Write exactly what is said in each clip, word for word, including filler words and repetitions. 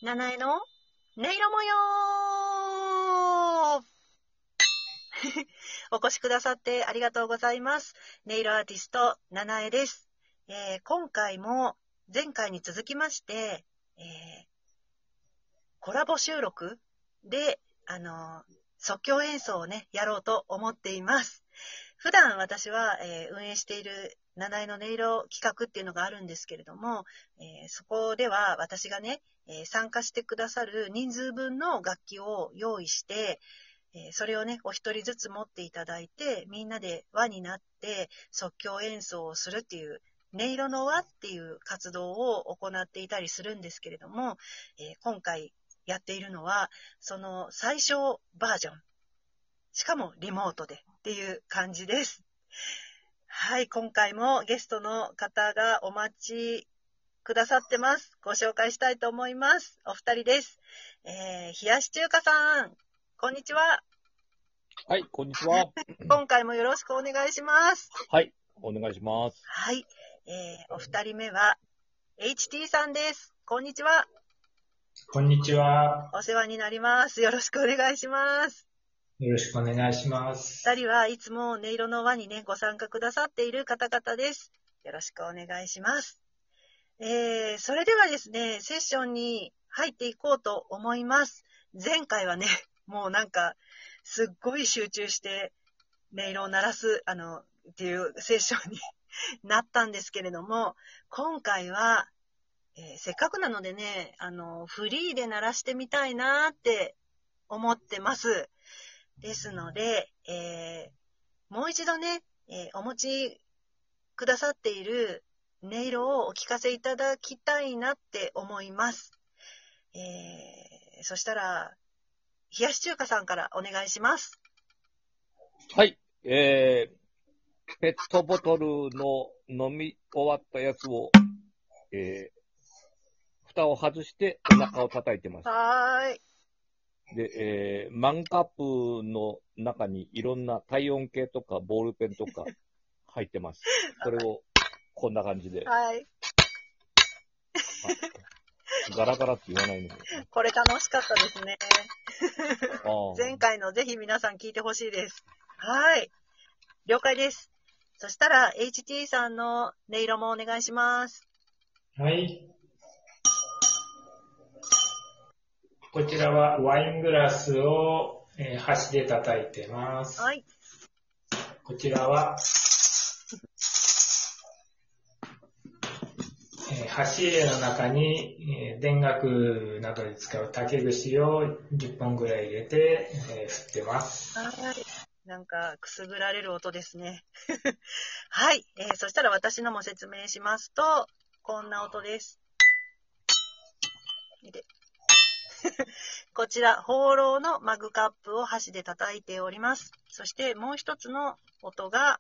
七重の音色模様お越しくださってありがとうございます。音色アーティスト七重です、えー、今回も前回に続きまして、えー、コラボ収録であの即興演奏をねやろうと思っています。普段私は、えー、運営している七重の音色企画っていうのがあるんですけれども、えー、そこでは私がね、えー、参加してくださる人数分の楽器を用意して、えー、それをねお一人ずつ持っていただいて、みんなで輪になって即興演奏をするっていう音色の輪っていう活動を行っていたりするんですけれども、えー、今回やっているのはその最小バージョン、しかもリモートでっていう感じです。はい、今回もゲストの方がお待ちくださってます。ご紹介したいと思います。お二人です。えー、冷やし中華さん、こんにちは。 はい、こんにちは。 今回もよろしくお願いします。 はい、お願いします。 はい、えー、お二人目は エイチティー さんです。こんにちは。 こんにちは。 お世話になります。よろしくお願いします。 よろしくお願いします。 二人はいつも音色の輪にねご参加くださっている方々です。よろしくお願いします。えー、それではですね、セッションに入っていこうと思います。前回はね、もうなんかすっごい集中して音色を鳴らすあのっていうセッションになったんですけれども、今回は、えー、せっかくなのでね、あのフリーで鳴らしてみたいなって思ってます。ですので、えー、もう一度ね、えー、お持ちくださっている音色をお聞かせいただきたいなって思います。えー、そしたら、冷やし中華さんからお願いします。 はい、えー、ペットボトルの飲み終わったやつを、えー、蓋を外してお腹を叩いてます。 はーい。 で、えー、マンカップの中にいろんな体温計とかボールペンとか入ってます。それをこんな感じで。 はい。 ガラガラって言わないの。 これ楽しかったですね。前回のぜひ皆さん聞いてほしいです。はい。了解です。そしたら エイチティー さんの音色もお願いします。 はい。こちらはワイングラスを、えー、箸で叩いてます。 はい。 こちらは、えー、箸入れの中に、えー、田楽などで使う竹串をじゅっぽんぐらい入れて、えー、振ってます。 はい。なんかくすぐられる音ですね。はい、えー。そしたら私のも説明しますと、こんな音です。見てこちら、ホーローのマグカップを箸で叩いております。そしてもう一つの音が、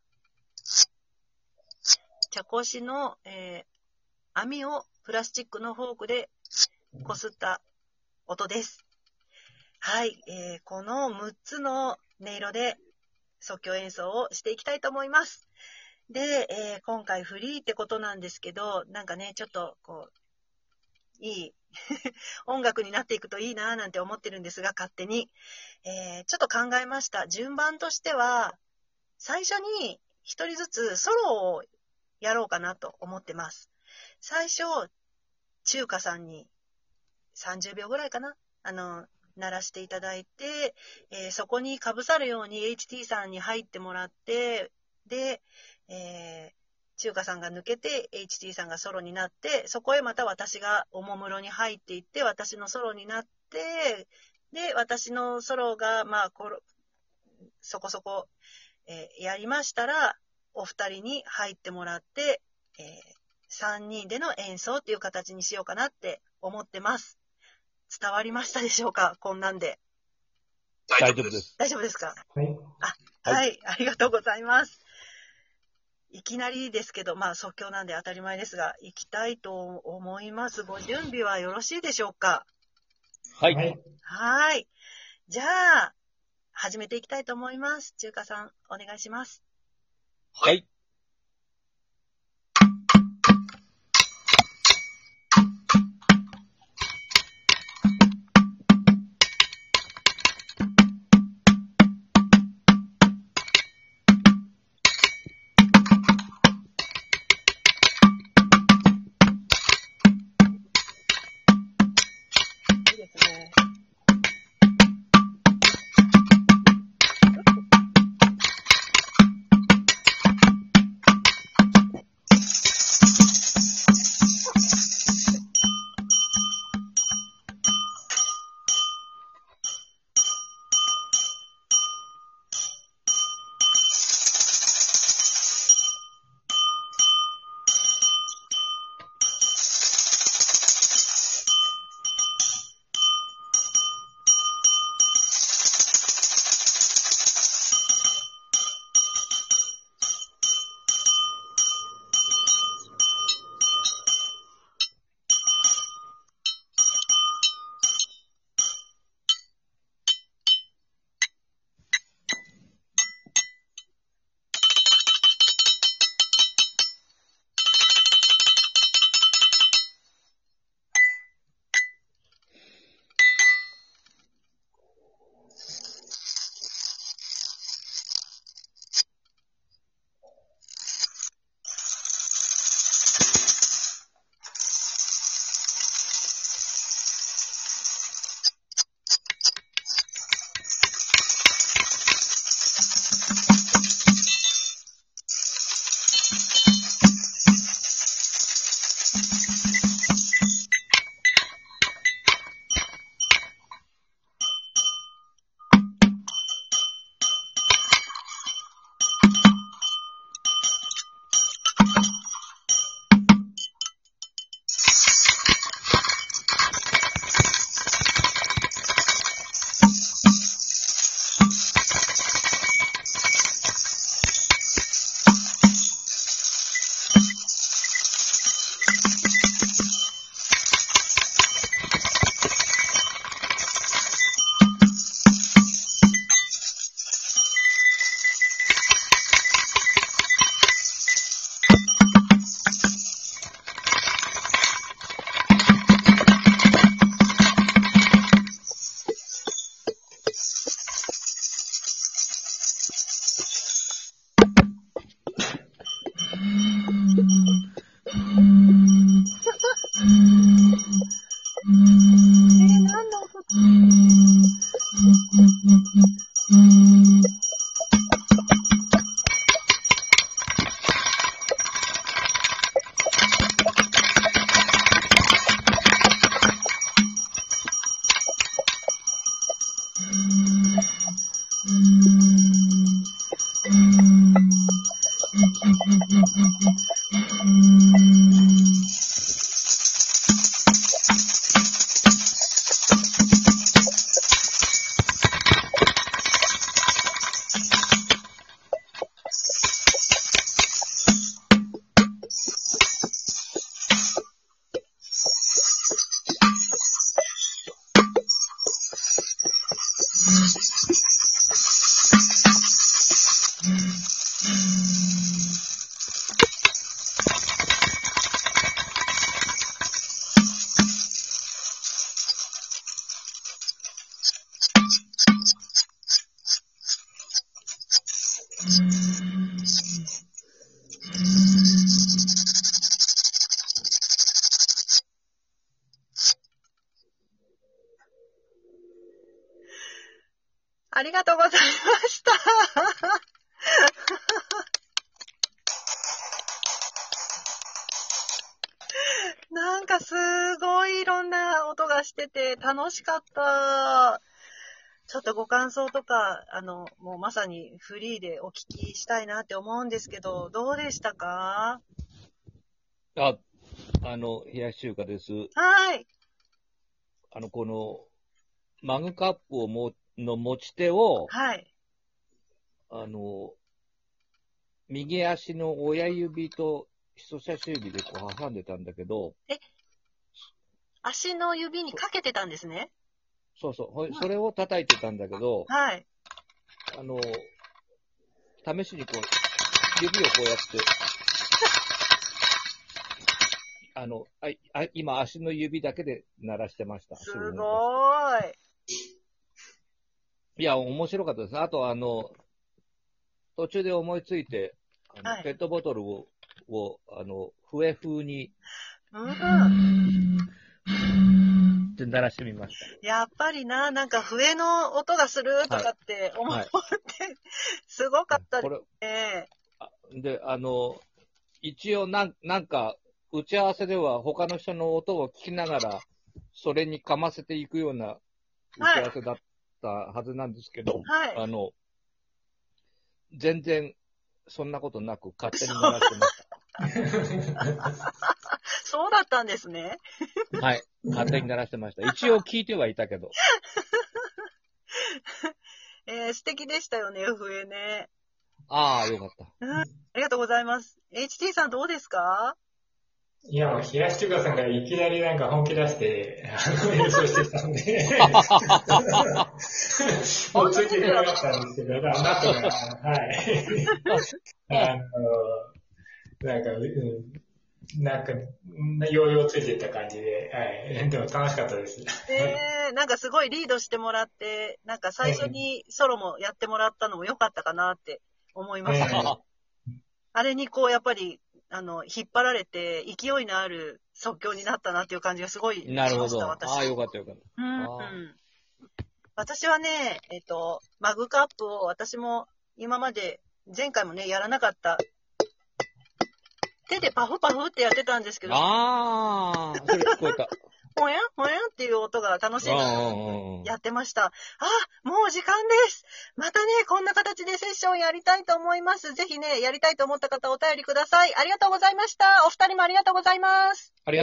茶こしの、えー、網をプラスチックのフォークでこすった音です。はい、えー、このむっつの音色で即興演奏をしていきたいと思います。で、えー、今回フリーってことなんですけど、なんかね、ちょっとこう、いい音楽になっていくといいななんて思ってるんですが、勝手に、えー、ちょっと考えました。順番としては、最初に一人ずつソロをやろうかなと思ってます。最初、中華さんにさんじゅうびょうぐらいかな、あの、鳴らしていただいて、えー、そこにかぶさるように エイチティー さんに入ってもらって、で、えー、中華さんが抜けて エイチティー さんがソロになって、そこへまた私がおもむろに入っていって私のソロになって、で私のソロがまあこそこそこ、えー、やりましたらお二人に入ってもらって、えー、さんにんでの演奏っていう形にしようかなって思ってます。伝わりましたでしょうか？こんなんで。 大丈夫です。 大丈夫ですか？ はい。 あ、はい、はい、ありがとうございます。いきなりですけど、まあ即興なんで当たり前ですが、行きたいと思います。ご準備はよろしいでしょうか？ はい。 はい。じゃあ、始めていきたいと思います。中華さん、お願いします。 はい。 ありがとうございました。なんかすごいいろんな音がしてて楽しかった。ちょっとご感想とか、あの、もうまさにフリーでお聞きしたいなって思うんですけど、どうでしたか？ あ、あの、冷やし中華です。 はい。 あの、この、マグカップをも、の持ち手を、 はい。 あの、右足の親指と人差し指でこう挟んでたんだけど、 え、足の指にかけてたんですね。 そうそう、ほいそれを叩いてたんだけど、 はい。 あの、試しにこう、指をこうやって、あの、ああ今足の指だけで鳴らしてました。 すすぐ動かごーい。 していや、面白かったです。あと、あの、途中で思いついて、あのはいペットボトルを、をあの、笛風に、 うん。 って鳴らしてみましやっぱりな、なんか笛の音がするとかって思って、 はいすごかた。 ったこれ、 ですね。 あで、あの、一応なん、なんか、打ち合わせでは他の人の音を聞きながら、それにかませていくような打ち合わせだったはずなんですけど、 はい。 あの、全然そんなことなく勝手に鳴らしてましそうだったんですね。 た。はい。勝手に鳴らしてました。一応聞いてはいたけど。 えー、素敵でしたよね、笛ね。 ああ、よかった。 うん。ありがとうございます。エイチティー さんどうですか？ いや、もう、冷やし中華さんがいきなりなんか本気出して、あの、演奏してきたんで、もうついていけなかったんですけど、なんとか、はい。あの、なんか、うん、なんか、ようようついていった感じで、はい。でも楽しかったです。 えー、なんかすごいリードしてもらって、なんか最初にソロもやってもらったのも良かったかなって思います。 えーあれにこう、やっぱり、あの、引っ張られて、勢いのある即興になったなっていう感じがすごいしました、 なるほど。 私。 ああ、よかったよかった。 うん、うあん。私はね、えっと、マグカップを私も今まで、前回もね、やらなかった。手でパフパフってやってたんですけど、 あー、それ聞こえた。 ほやほやっていう音が楽しいうんなうんうん。 やってました。あ、もう時間です。またね、こんな形でセッションやりたいと思います。ぜひね、やりたいと思った方お便りください。ありがとうございました。お二人もありがとうございます。 ありがとう